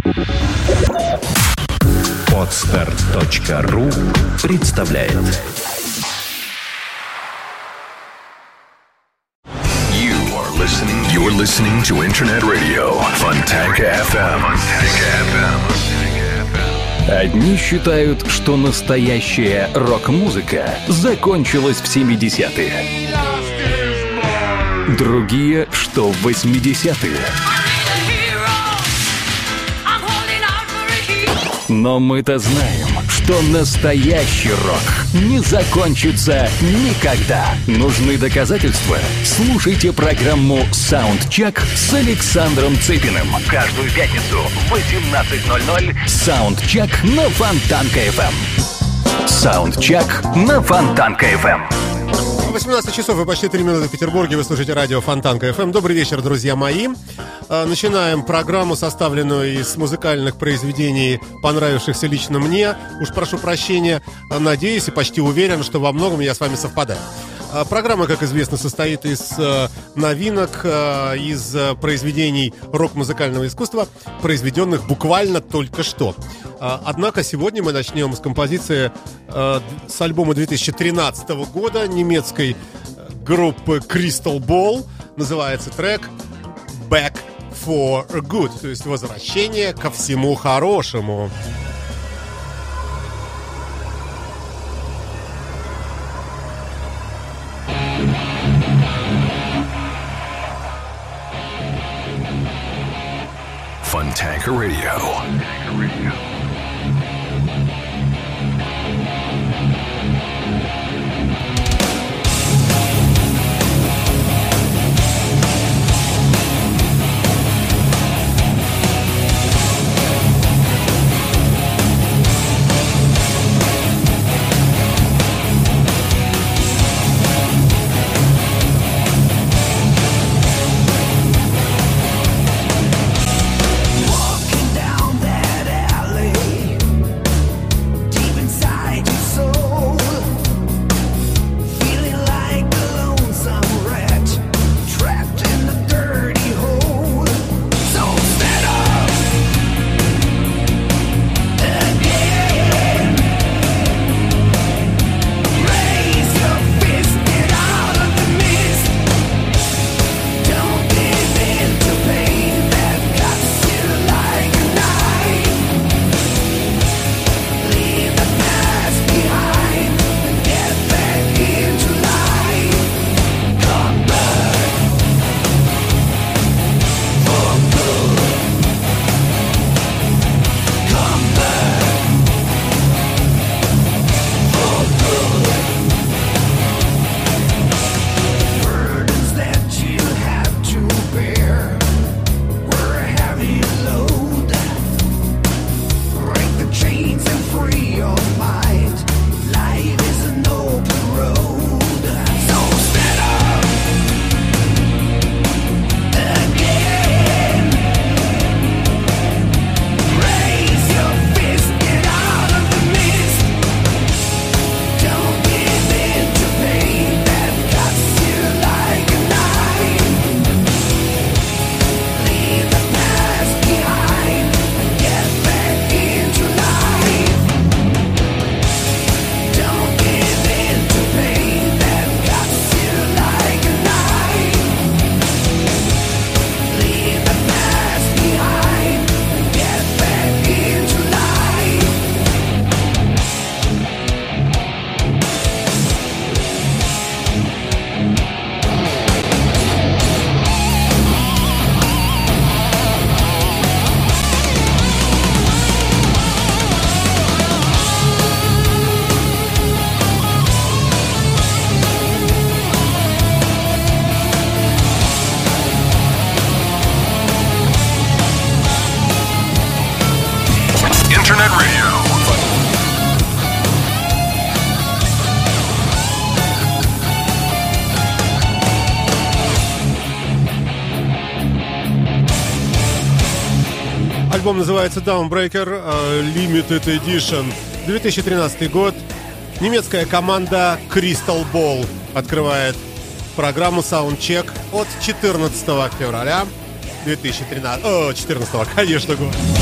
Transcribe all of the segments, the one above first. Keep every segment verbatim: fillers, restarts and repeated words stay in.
Подстер точка ру представляет. You are listening. You're listening to Internet Radio Fontanka эф эм. Одни считают, что настоящая рок-музыка закончилась в семидесятые. Другие, что в восьмидесятые. Но мы-то знаем, что настоящий рок не закончится никогда. Нужны доказательства? Слушайте программу «Саундчек» с Александром Цыпиным. Каждую пятницу в восемнадцать ноль ноль «Саундчек» на Фонтанка эф эм. «Саундчек» на Фонтанка эф эм. восемнадцать часов и почти три минуты в Петербурге. Вы слушаете радио Фонтанка эф эм. Добрый вечер, друзья мои. Начинаем программу, составленную из музыкальных произведений, понравившихся лично мне. Уж прошу прощения, надеюсь и почти уверен, что во многом я с вами совпадаю. Программа, как известно, состоит из новинок, из произведений рок-музыкального искусства, произведенных буквально только что. Однако сегодня мы начнем с композиции с альбома две тысячи тринадцатого года немецкой группы Crystal Ball. Называется трек «Back for Good», то есть «Возвращение ко всему хорошему». Fontanka Radio. Альбом называется Dawnbreaker Limited Edition. две тысячи тринадцатый год. Немецкая команда Crystal Ball открывает программу Soundcheck от четырнадцатого февраля две тысячи тринадцатого, о, четырнадцатого, конечно, года.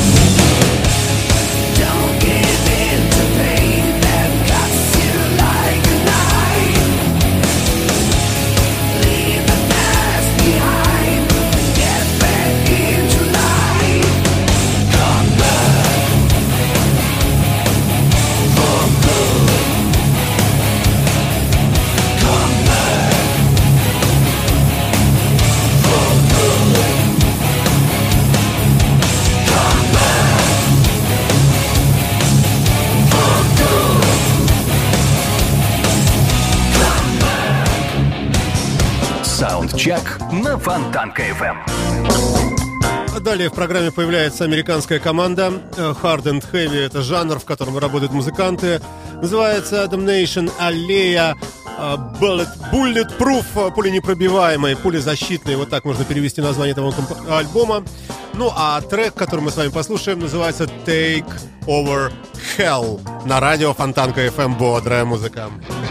Саундчек на Фонтанка эф эм. Далее в программе появляется американская команда Hard and Heavy. Это жанр, в котором работают музыканты. Называется Damnation Alea Bullet, Bulletproof, пуленепробиваемый, пулезащитный. Вот так можно перевести название этого комп- альбома. Ну а трек, который мы с вами послушаем, называется Take Over Hell. На радио Фонтанка эф эм. Бодрая музыка.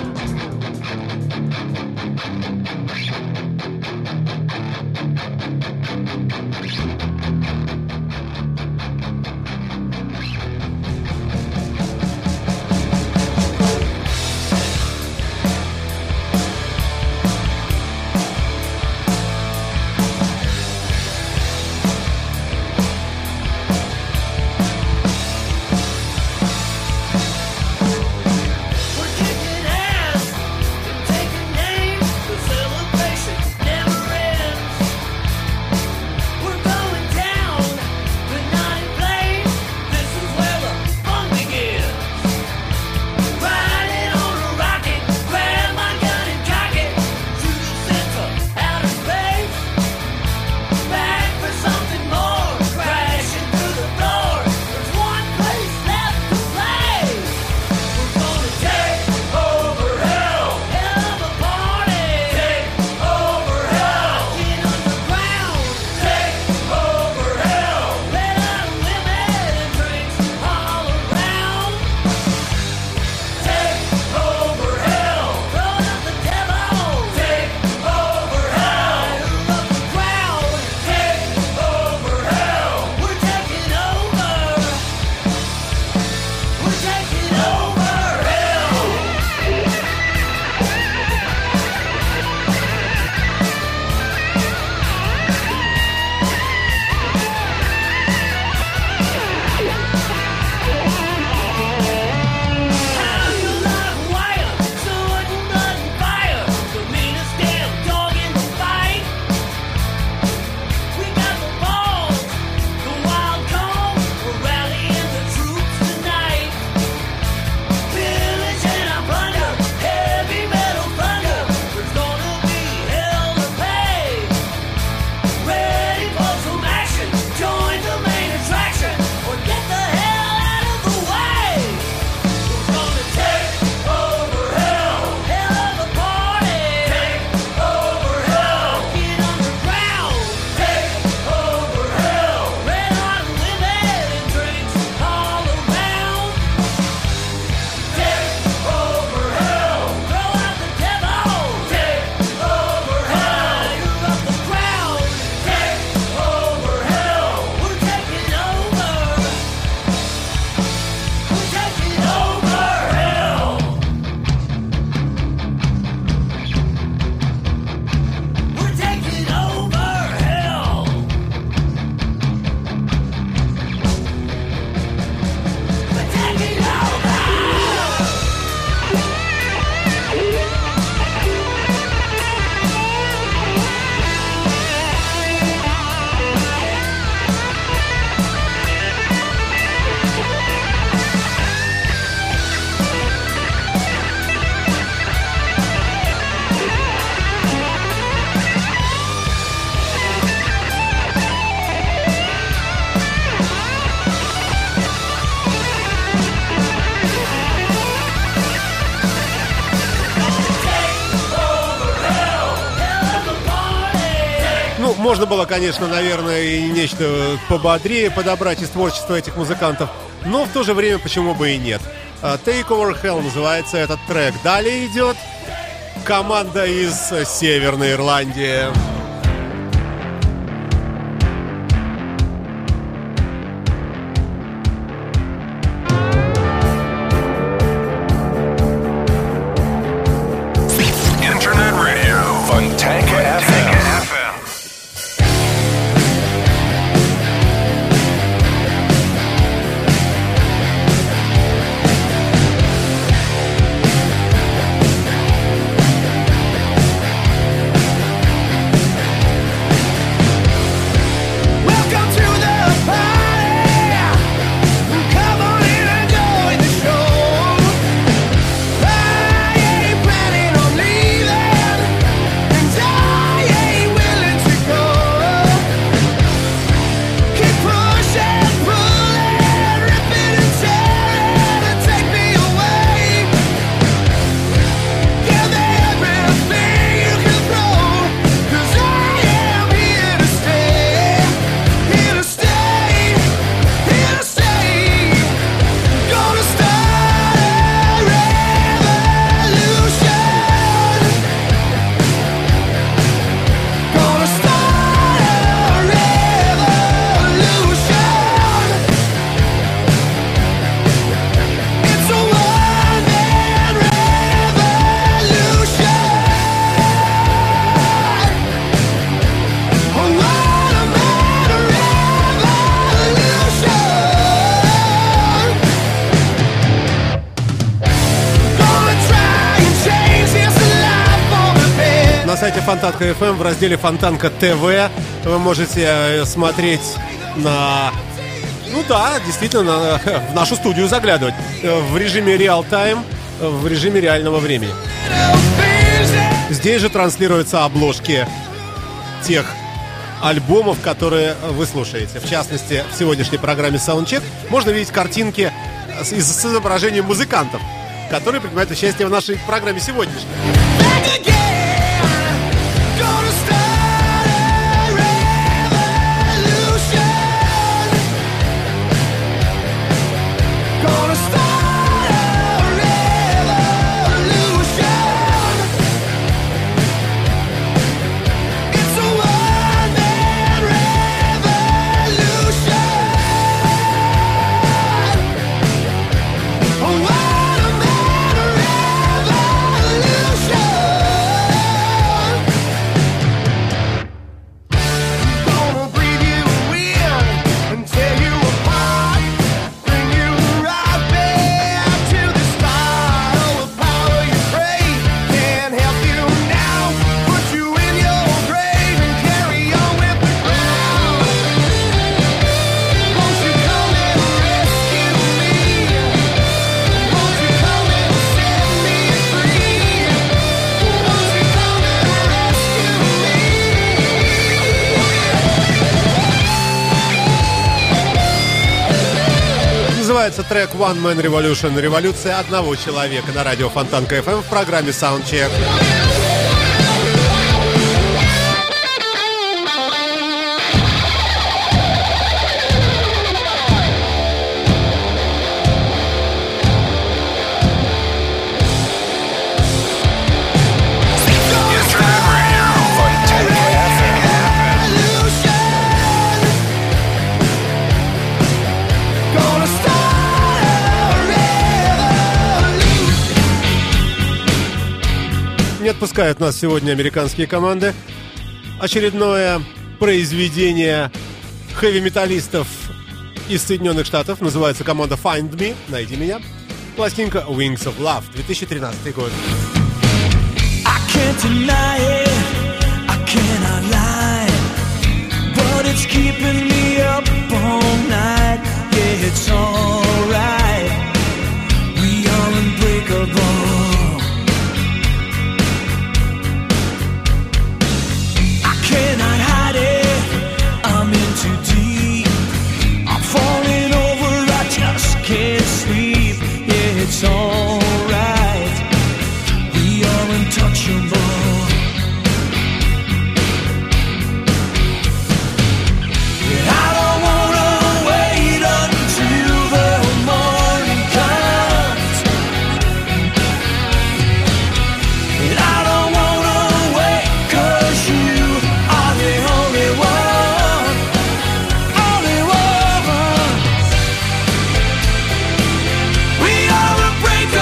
Можно было, конечно, наверное, и нечто пободрее подобрать из творчества этих музыкантов, но в то же время почему бы и нет. Take Over Hell называется этот трек. Далее идет команда из Северной Ирландии. сайте Фонтанка эф эм в разделе Фонтанка ТВ. Вы можете смотреть на... Ну да, действительно, на, в нашу студию заглядывать в режиме реал-тайм, в режиме реального времени. Здесь же транслируются обложки тех альбомов, которые вы слушаете. В частности, в сегодняшней программе Soundcheck можно видеть картинки с, с изображением музыкантов, которые принимают участие в нашей программе сегодняшней. Называется трек One Man Revolution, революция одного человека, на радио Фонтанка эф эм в программе Soundcheck. Не отпускают нас сегодня американские команды. Очередное произведение хэви-металлистов из Соединенных Штатов. Называется команда Find Me, найди меня. Пластинка Wings of Love, две тысячи тринадцатый год. I can't deny it, I cannot lie, but it's keeping me up all night. Yeah, it's alright, we are unbreakable. Cannot hide it, I'm in too deep, I'm falling over, I just can't sleep. Yeah, it's alright, we are untouchable. And I don't wanna wait until the morning comes, and I don't wanna wait 'cause you break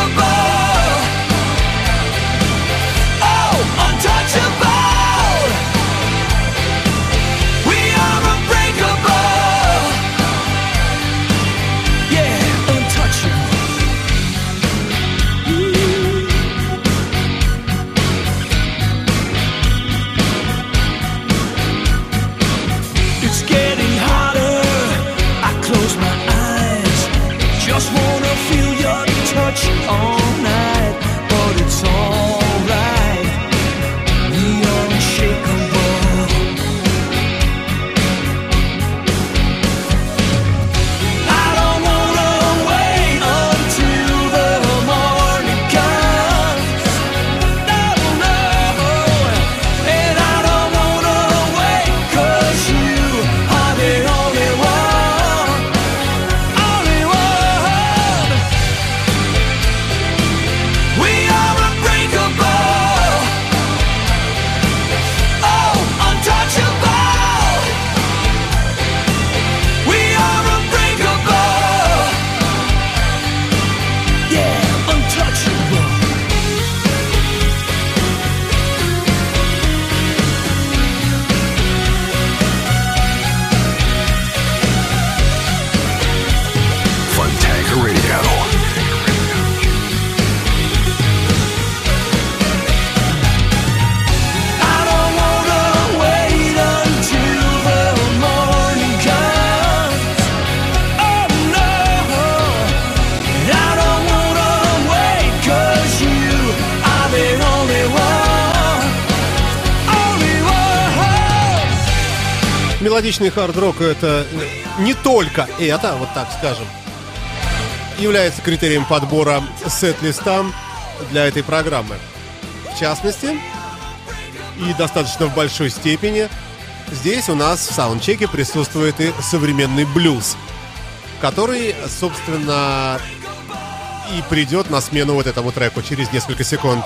Мелодичный хард-рок — это не только это, вот так скажем, является критерием подбора сет-листа для этой программы. В частности, и достаточно в большой степени, здесь у нас в саундчеке присутствует и современный блюз, который, собственно, и придет на смену вот этому треку через несколько секунд.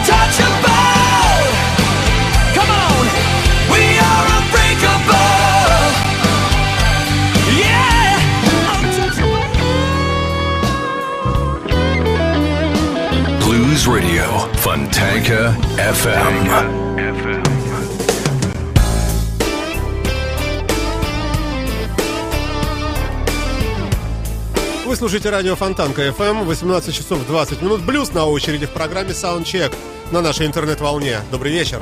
Blues Radio, Fontanka эф эм. Вы слушаете радио Фонтанка эф эм, восемнадцать часов двадцать минут. Блюз на очереди в программе Soundcheck на нашей интернет-волне. Добрый вечер.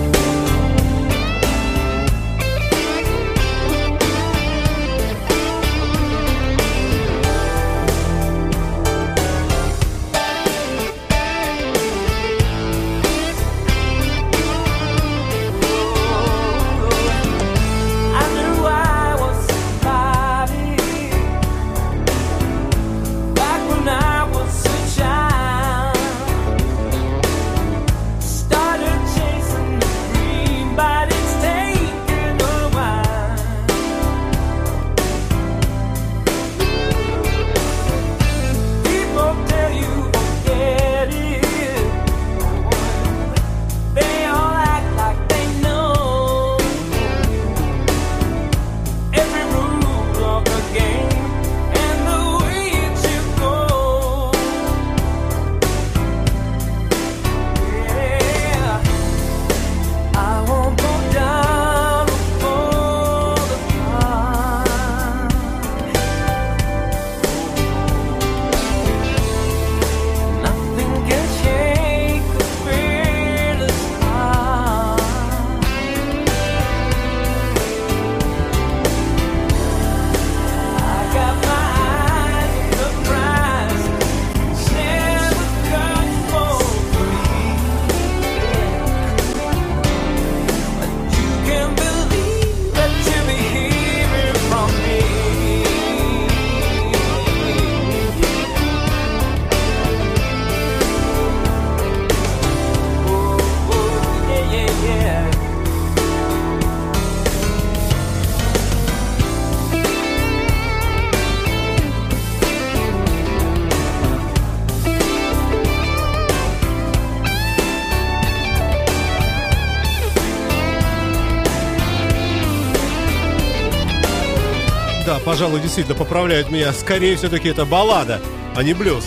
Пожалуй, действительно поправляют меня. Скорее, все-таки это баллада, а не блюз.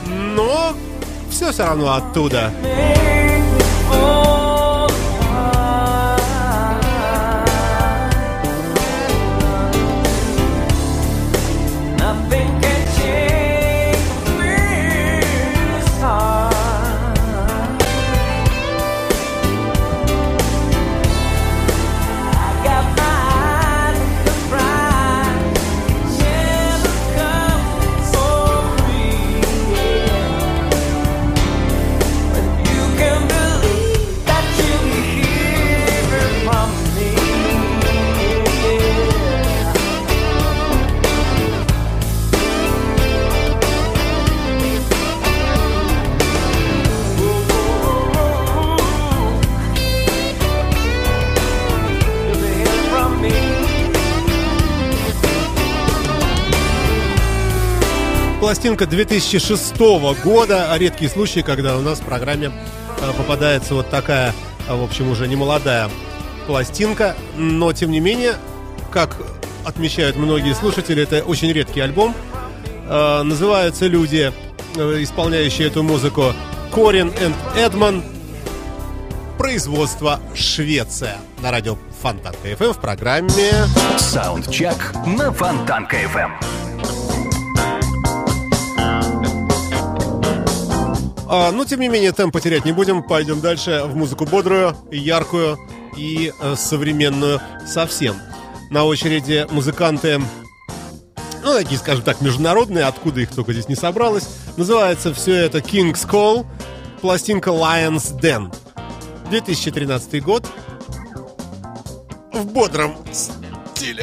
Но все все равно оттуда. Пластинка две тысячи шестого года. Редкие случаи, когда у нас в программе попадается вот такая, в общем, уже не молодая пластинка. Но, тем не менее, как отмечают многие слушатели, это очень редкий альбом. Называются люди, исполняющие эту музыку, Корин энд Эдман. Производство Швеция. На радио Фонтанка эф эм в программе Саундчек на Фонтанка эф эм. А, но, тем не менее, темп потерять не будем. Пойдем дальше в музыку бодрую, яркую и э, современную совсем. На очереди музыканты, ну, такие, скажем так, международные, откуда их только здесь не собралось. Называется все это King's Call, пластинка Lion's Den. две тысячи тринадцатый год. В бодром стиле. победили.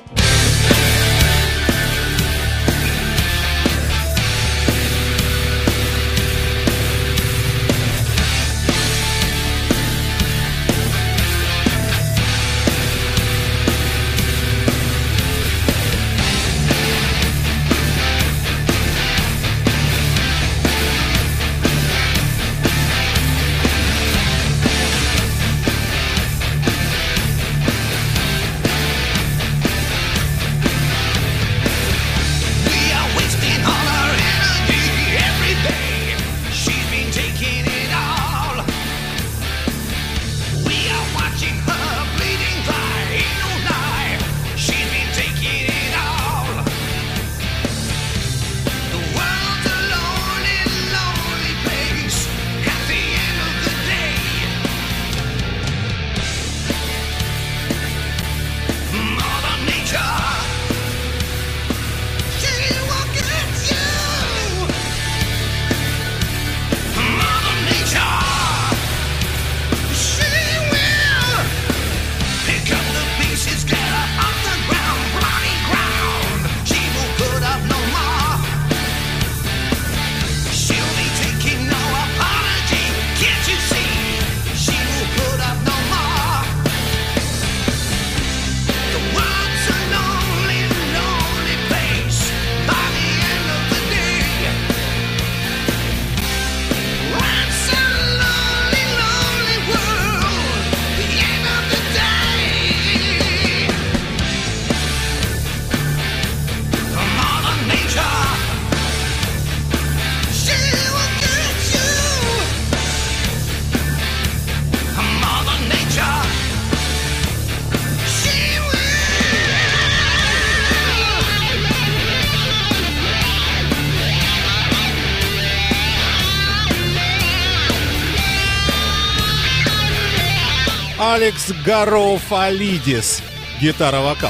Алекс Гарофалидис, гитара-вокал.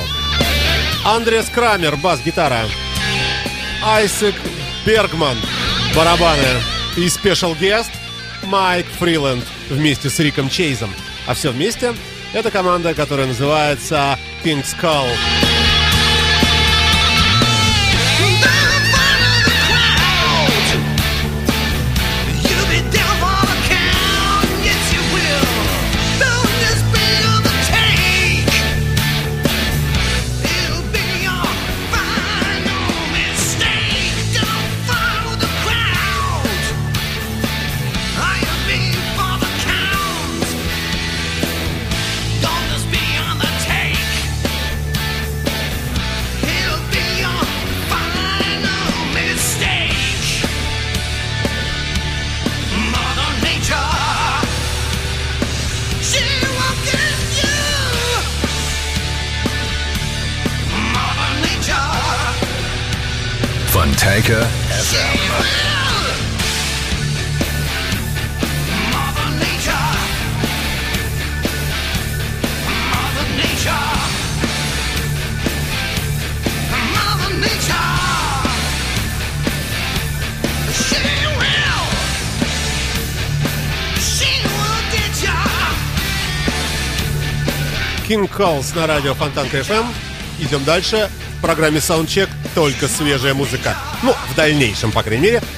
Андреас Крамер, бас-гитара. Айсек Бергман, барабаны. И спешл гест Майк Фриленд вместе с Риком Чейзом. А все вместе это команда, которая называется King's Call. Fontanka эф эм. King Calls на радио Фонтанка эф эм. Идем дальше. В программе Soundcheck только свежая музыка. Ну, в дальнейшем, по крайней мере.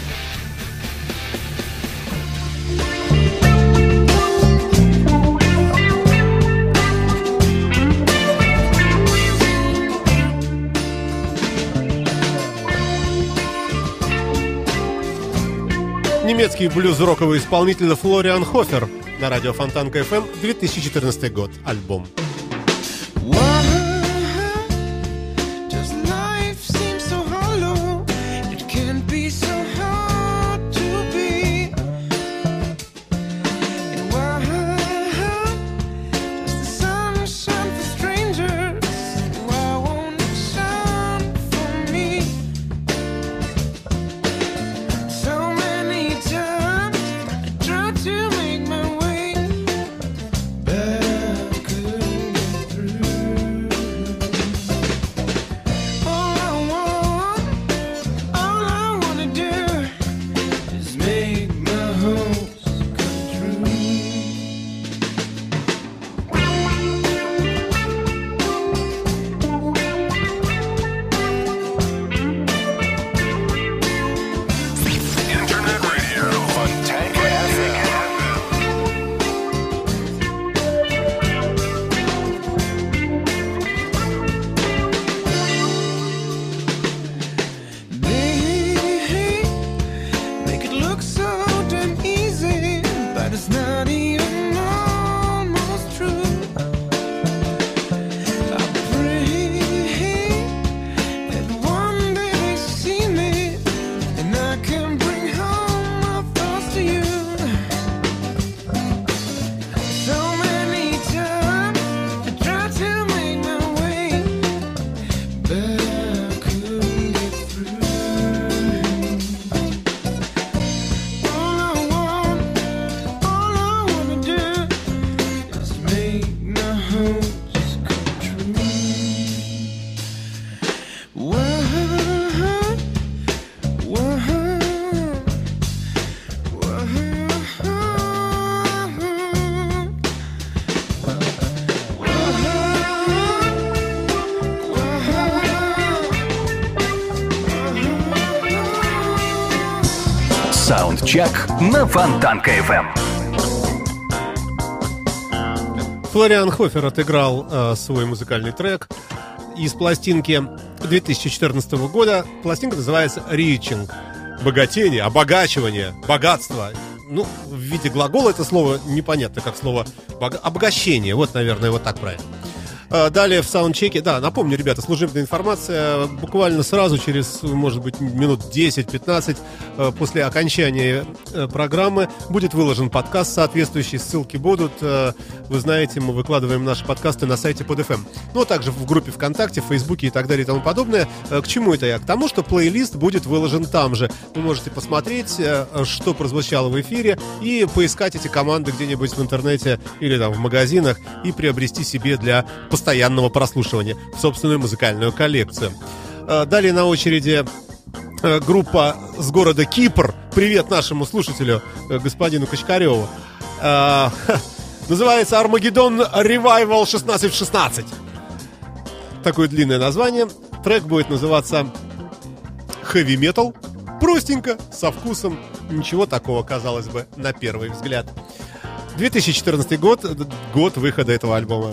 Немецкий блюз-роковый исполнитель Флориан Хофер на радио Фонтанка эф эм, две тысячи четырнадцатый год, альбом. To make my way back, couldn't get through. Саундчек на Фонтанка эф эм. Флориан Хофер отыграл э, свой музыкальный трек из пластинки две тысячи четырнадцатого года. Пластинка называется «Reaching». Богатение, обогачивание, богатство. Ну, в виде глагола это слово непонятно, как слово бога- обогащение. Вот, наверное, вот так правильно. Далее в саундчеке, да, напомню, ребята, служебная информация. Буквально сразу, через, может быть, минут десять-пятнадцать после окончания программы будет выложен подкаст соответствующий, ссылки будут. Вы знаете, мы выкладываем наши подкасты на сайте под эф эм. Ну, а также в группе ВКонтакте, в Фейсбуке и так далее и тому подобное. К чему это я? К тому, что плейлист будет выложен там же. Вы можете посмотреть, что прозвучало в эфире, и поискать эти команды где-нибудь в интернете или там в магазинах и приобрести себе для постоянного прослушивания в собственную музыкальную коллекцию. Далее на очереди группа с города Кипр. Привет нашему слушателю, господину Качкареву. Называется «Армагеддон Ревайвал шестнадцать в шестнадцать». Такое длинное название. Трек будет называться «Heavy Metal». Простенько, со вкусом. Ничего такого, казалось бы, на первый взгляд. две тысячи четырнадцатый год, год выхода этого альбома.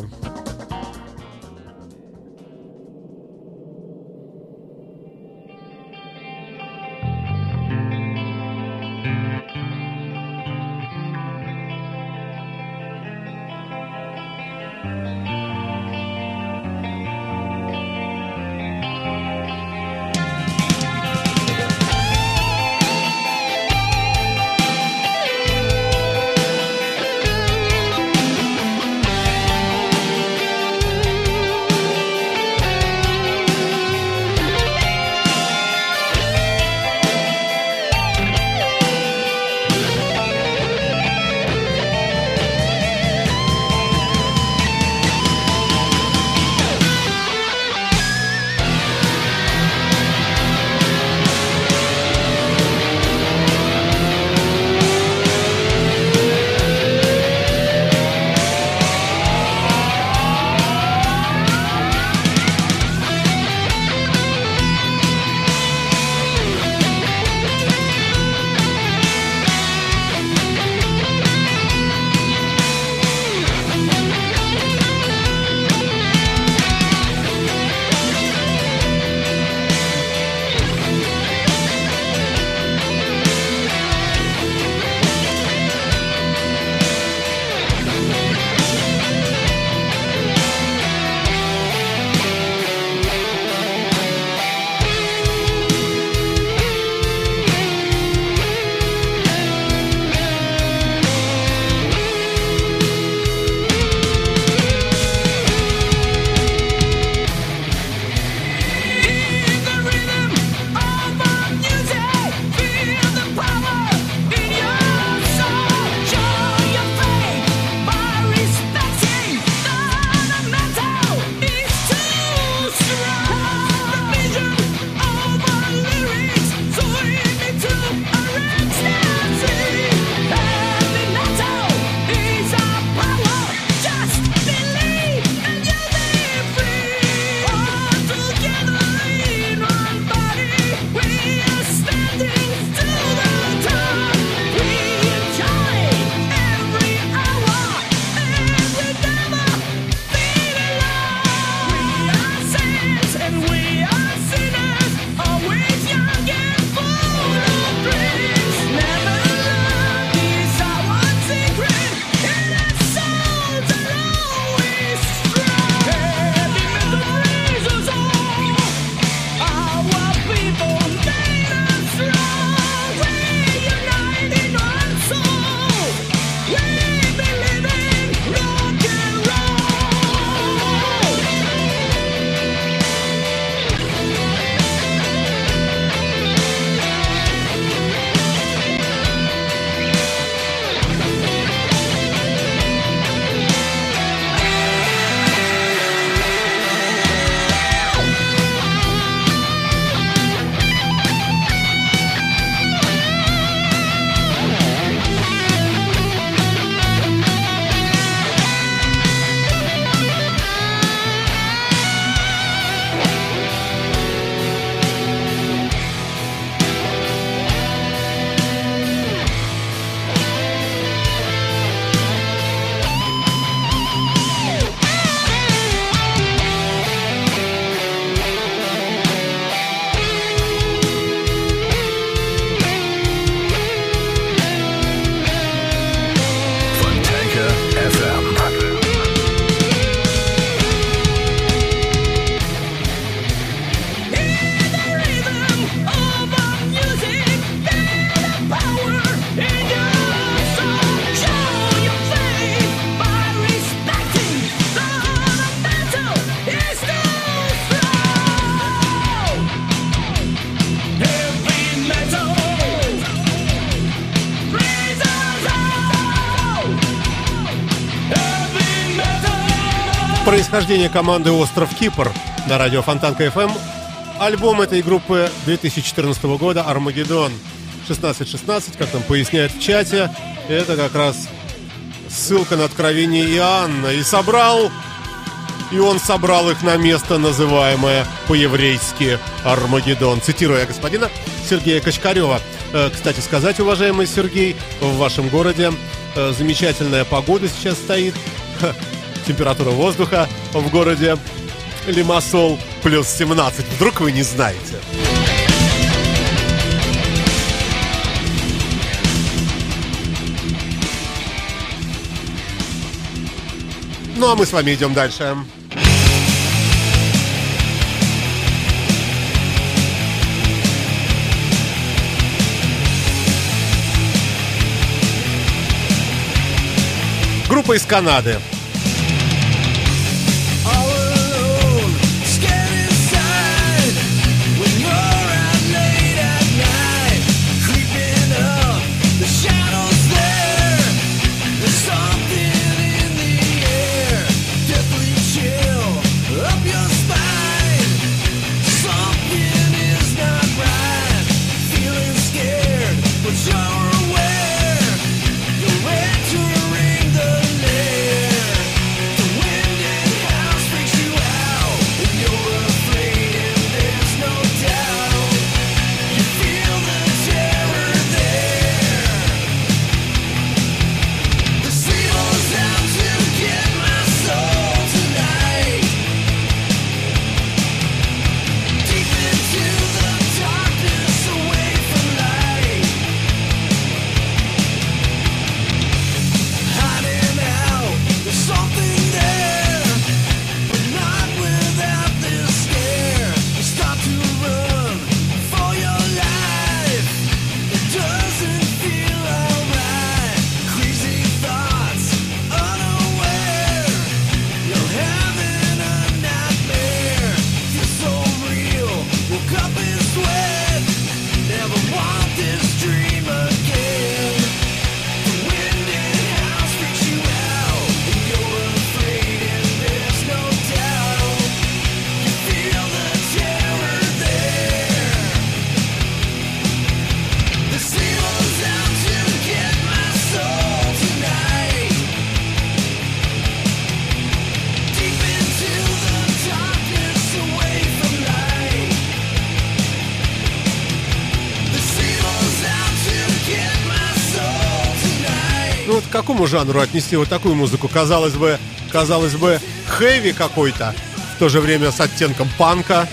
Происхождение команды «Остров Кипр» на радио Фонтанка эф эм. Альбом этой группы две тысячи четырнадцатого года «Армагеддон». шестнадцать шестнадцать, как нам поясняют в чате, это как раз ссылка на откровение Иоанна. И собрал, и он собрал их на место, называемое по-еврейски «Армагеддон». Цитируя господина Сергея Качкарева. Кстати сказать, уважаемый Сергей, в вашем городе замечательная погода сейчас стоит. Температура воздуха в городе Лимассол плюс семнадцать. Вдруг вы не знаете. Ну а мы с вами идем дальше. Группа из Канады. К какому жанру отнести вот такую музыку? Казалось бы, казалось бы, хэви какой-то, в то же время с оттенком панка.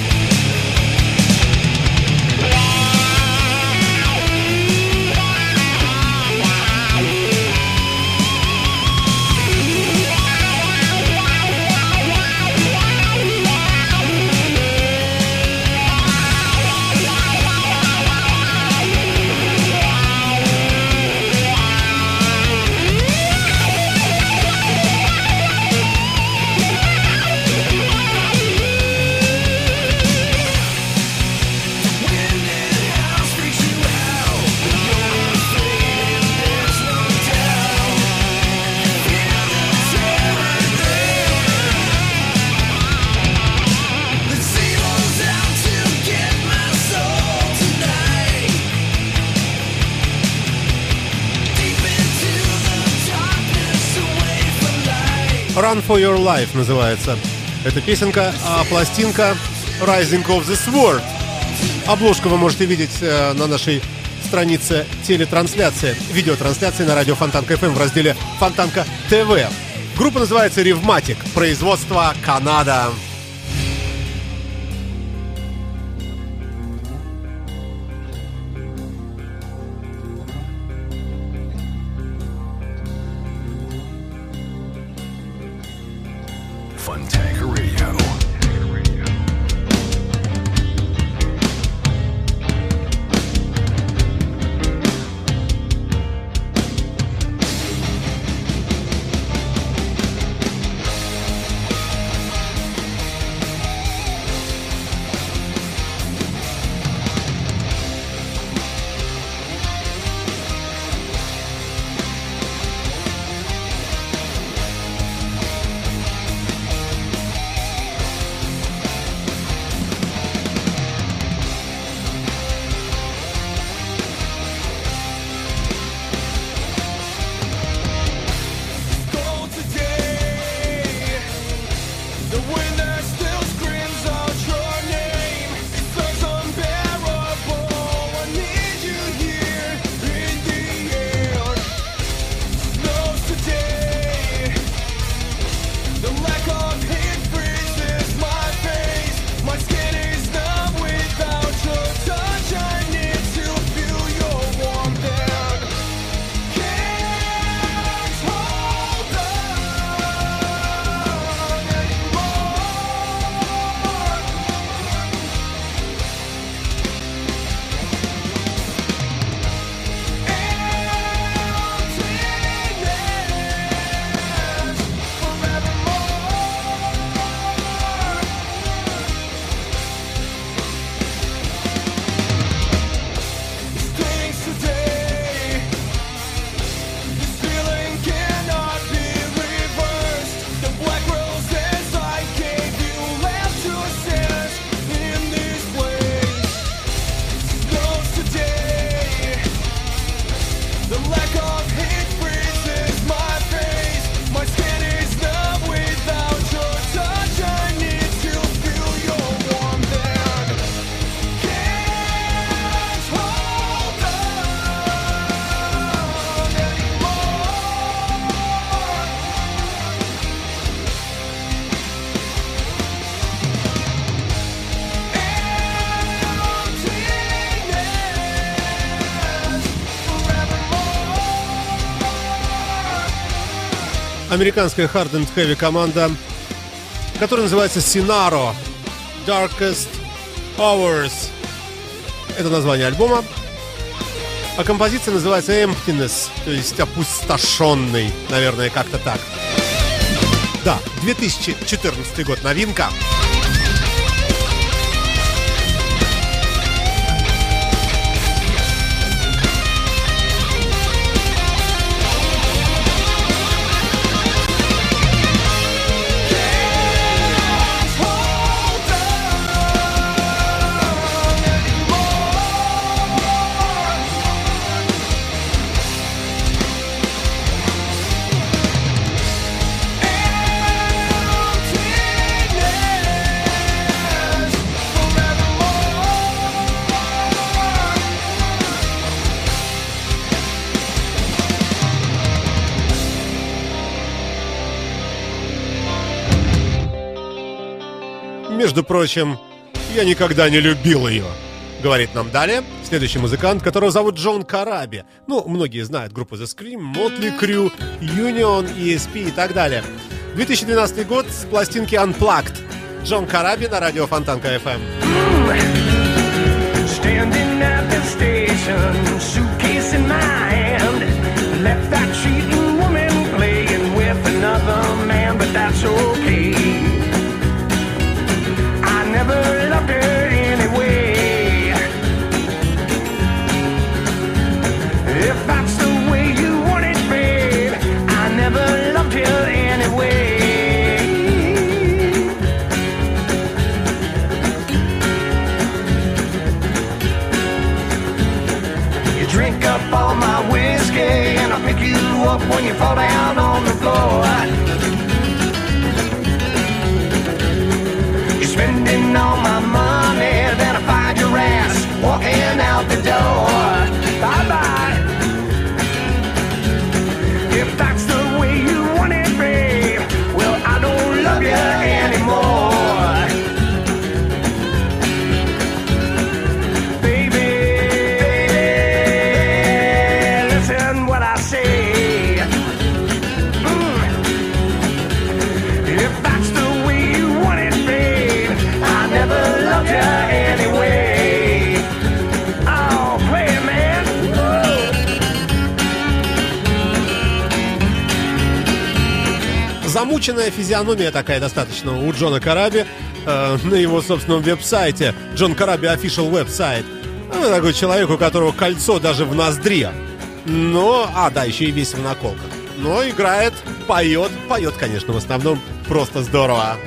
Run for Your Life называется эта песенка, а пластинка Rising of the Sword. Обложку вы можете видеть на нашей странице телетрансляции, видеотрансляции на радио Фонтанка эф эм в разделе Фонтанка ТВ. Группа называется Revmatic, производство Канада. Fontanka Radio. американская hard and heavy команда, которая называется Sinaro Darkest Hours. Это название альбома. А композиция называется Emptiness, то есть опустошенный, наверное, как-то так. Да, две тысячи четырнадцатый год, новинка. Между прочим, я никогда не любил ее, говорит нам далее следующий музыкант, которого зовут Джон Караби. Ну, многие знают группу The Scream, Motley Crue, Union, и эс пи и так далее. две тысячи двенадцатый год с пластинки Unplugged. Джон Караби на радио Фонтанка эф эм. Standing at the station, suitcase in my hand, left that cheating woman playing with another man, but that's okay. Never loved her anyway. If that's the way you want it, babe, I never loved you anyway. You drink up all my whiskey and I'll pick you up when you fall down on the floor. Spending all my money, then I find your ass walking out the door. Bye-bye. If that's the way you want it, babe, well, I don't love you anymore. Baby, listen what I say. Mm. If that's the way you want it, babe, I never loved you anyway. Oh, play it, man. Замученная физиономия такая достаточно у Джона Караби э, на его собственном веб-сайте. Джон Караби Official веб-сайт. Ну, такой человек, у которого кольцо даже в ноздре. Но, а, да, еще и весь в наколках. Но играет, поет, поет, конечно, в основном просто здорово.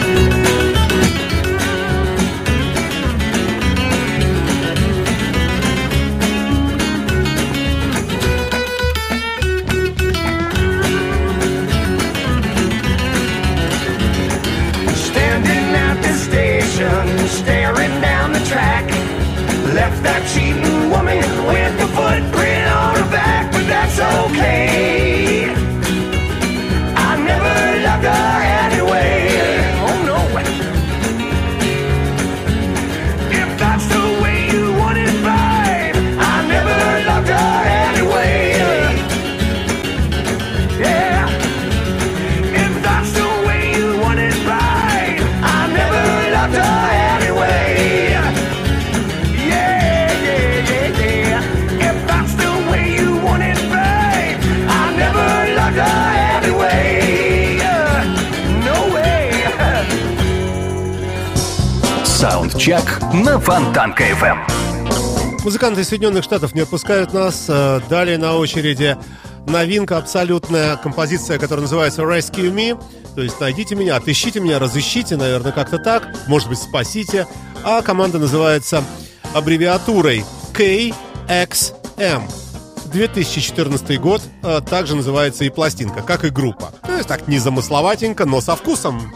Staring down the track, left that cheating woman with the footprint on her back, but that's okay. I never loved her anyway. Oh no. If that's the way you want it, babe, I never loved her anyway. Yeah. If that's the way you want it, babe, I never loved her. Саундчек на Фонтанка эф эм. Музыканты из Соединенных Штатов не отпускают нас. Далее на очереди новинка абсолютная, композиция, которая называется Rescue Me. То есть найдите меня, отыщите меня, разыщите, наверное, как-то так. Может быть, спасите. А команда называется аббревиатурой кей экс эм. две тысячи четырнадцатый год, также называется и пластинка, как и группа. То есть так незамысловатенько, но со вкусом.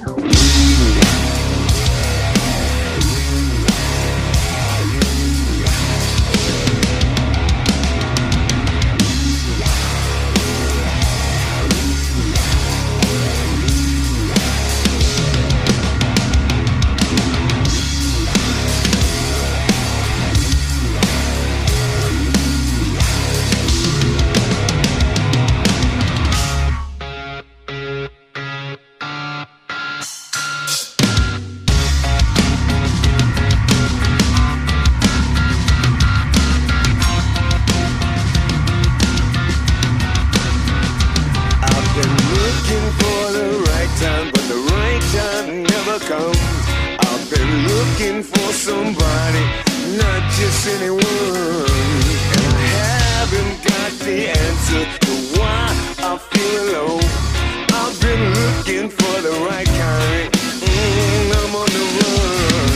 looking for somebody, not just anyone. And I haven't got the answer to why I feel low. I've been looking for the right kind. Mm, I'm on the run.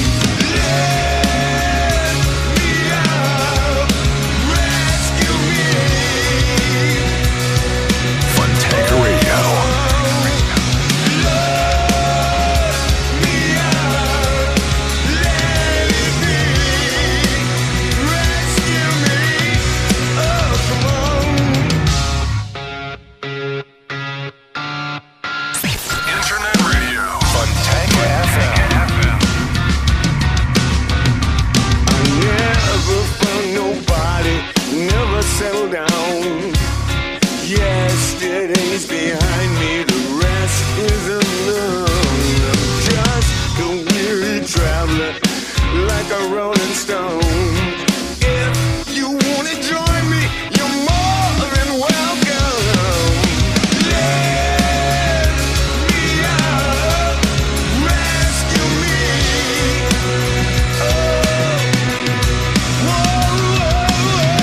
Let me out, rescue me. Funtanka Radio. Settle down. Yesterday's behind me, the rest is unknown. I'm just a weary traveler, like a rolling stone. If you wanna join me, you're more than welcome. Let me out, rescue me. Oh, whoa, whoa, whoa.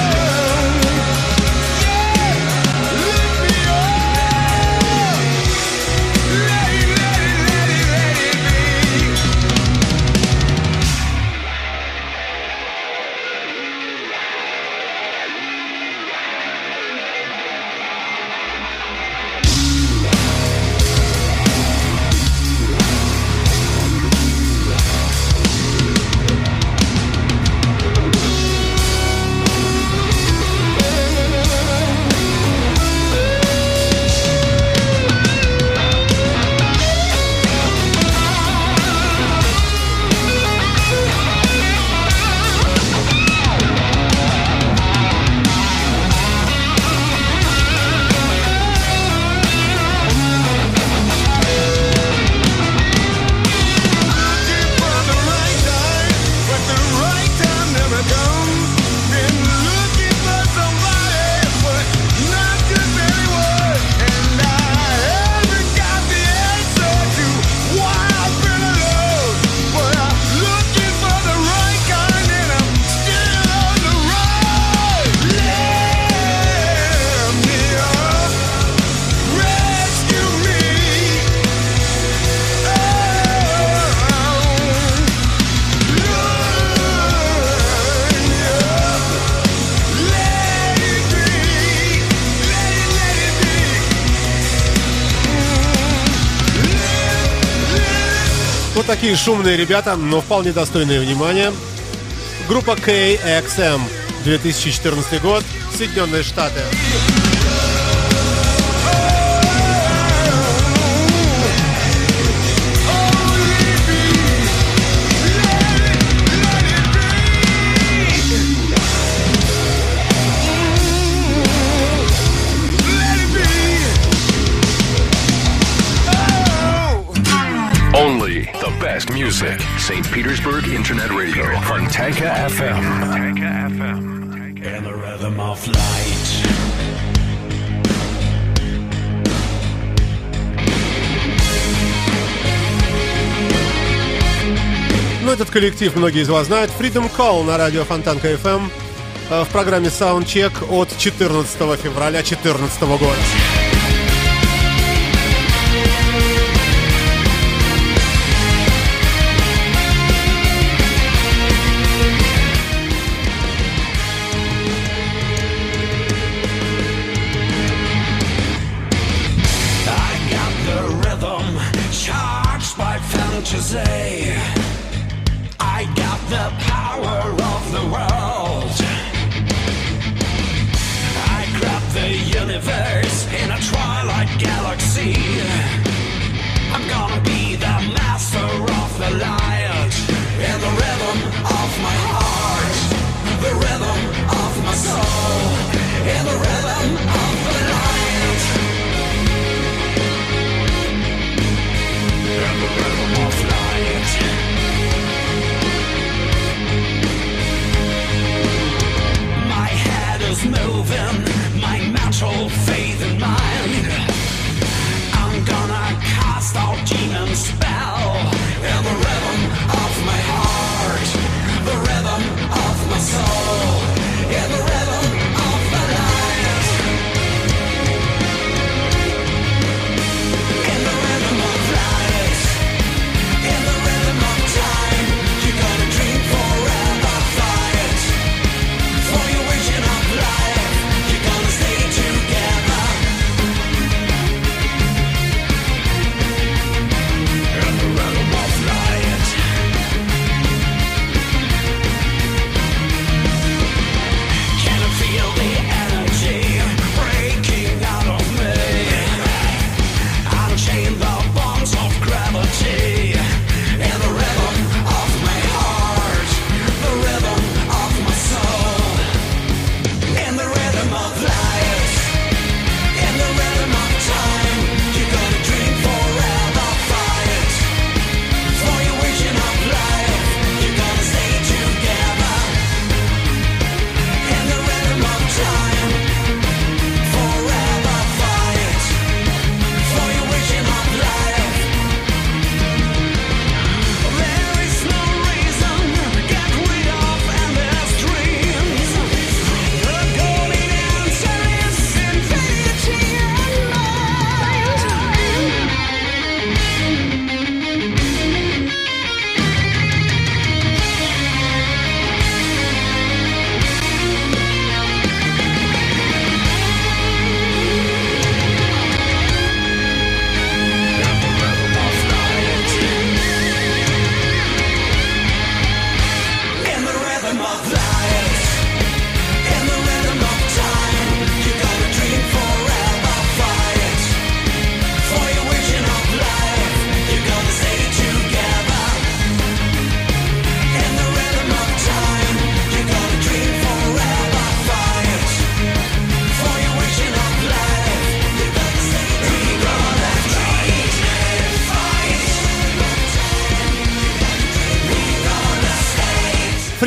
Вот такие шумные ребята, но вполне достойные внимания. Группа кей экс эм, две тысячи четырнадцатый год, Соединенные Штаты. Only the best music. Saint Petersburg Internet Radio. Funtanka эф эм. Funtanka эф эм. In the rhythm of light. Ну, этот коллектив многие из вас знают. Freedom Call на радио Фонтанка эф эм в программе Soundcheck от четырнадцатого февраля две тысячи четырнадцатого года. I got the power of the world. I grab the universe in a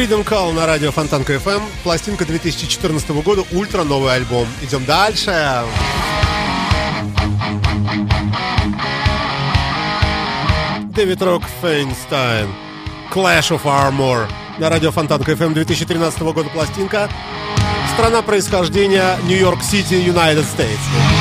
Freedom Call на радио Фонтанка эф эм. Пластинка две тысячи четырнадцатого года, ультра новый альбом. Идем дальше. Дэвид Рок Фейнстайн, Clash of Armor на радио Фонтанка эф эм, две тысячи тринадцатого года пластинка. Страна происхождения Нью-Йорк-Сити, United States.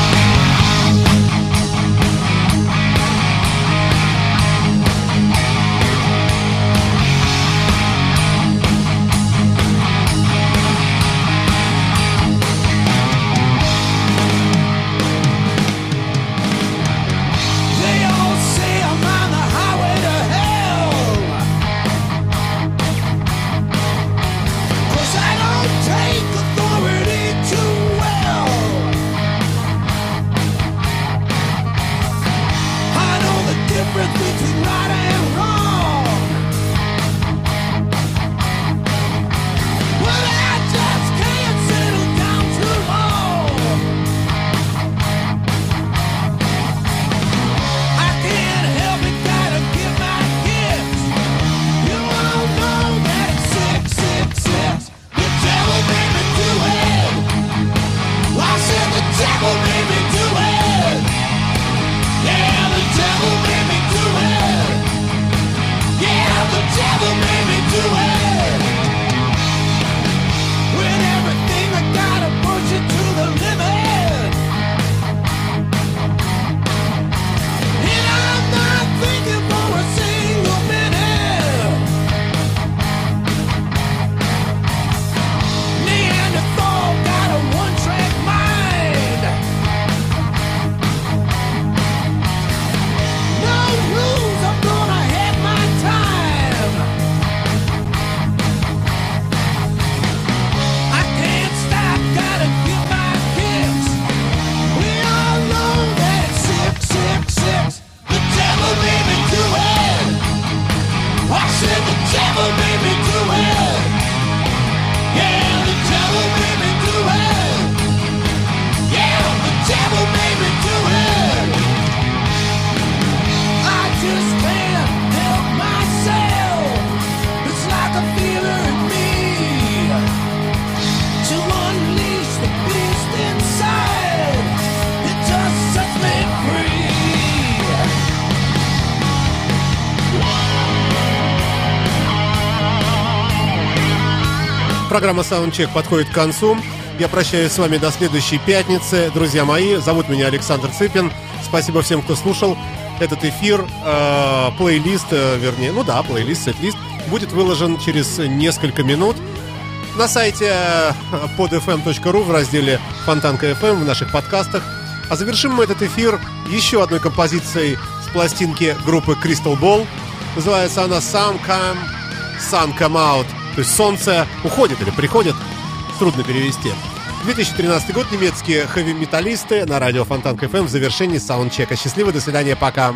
Программа Soundcheck подходит к концу. Я прощаюсь с вами до следующей пятницы. Друзья мои, зовут меня Александр Цыпин. Спасибо всем, кто слушал этот эфир. Э, плейлист, э, вернее, ну да, плейлист, сет-лист будет выложен через несколько минут на сайте под эф эм точка ру в разделе Фонтанка эф эм в наших подкастах. А завершим мы этот эфир еще одной композицией с пластинки группы Crystal Ball. Называется она Sun Come, Sun Come Out. То есть солнце уходит или приходит, трудно перевести. две тысячи тринадцатый год, немецкие хэви-металлисты на радио Фонтанка эф эм в завершении саундчека. Счастливо, до свидания, пока.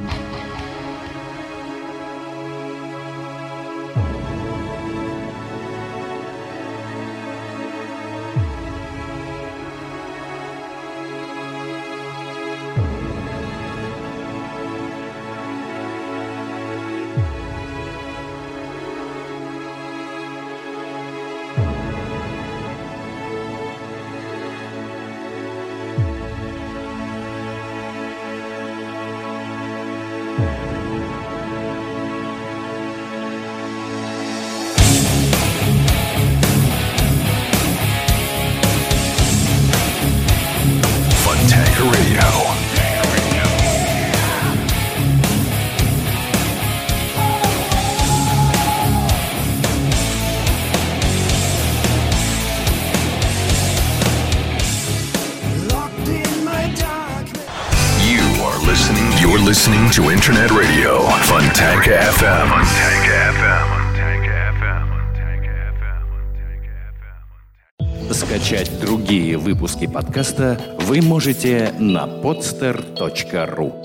Listening to Internet Radio, Fontanka эф эм. Fontanka эф эм. Скачать другие выпуски подкаста вы можете на podster точка ру.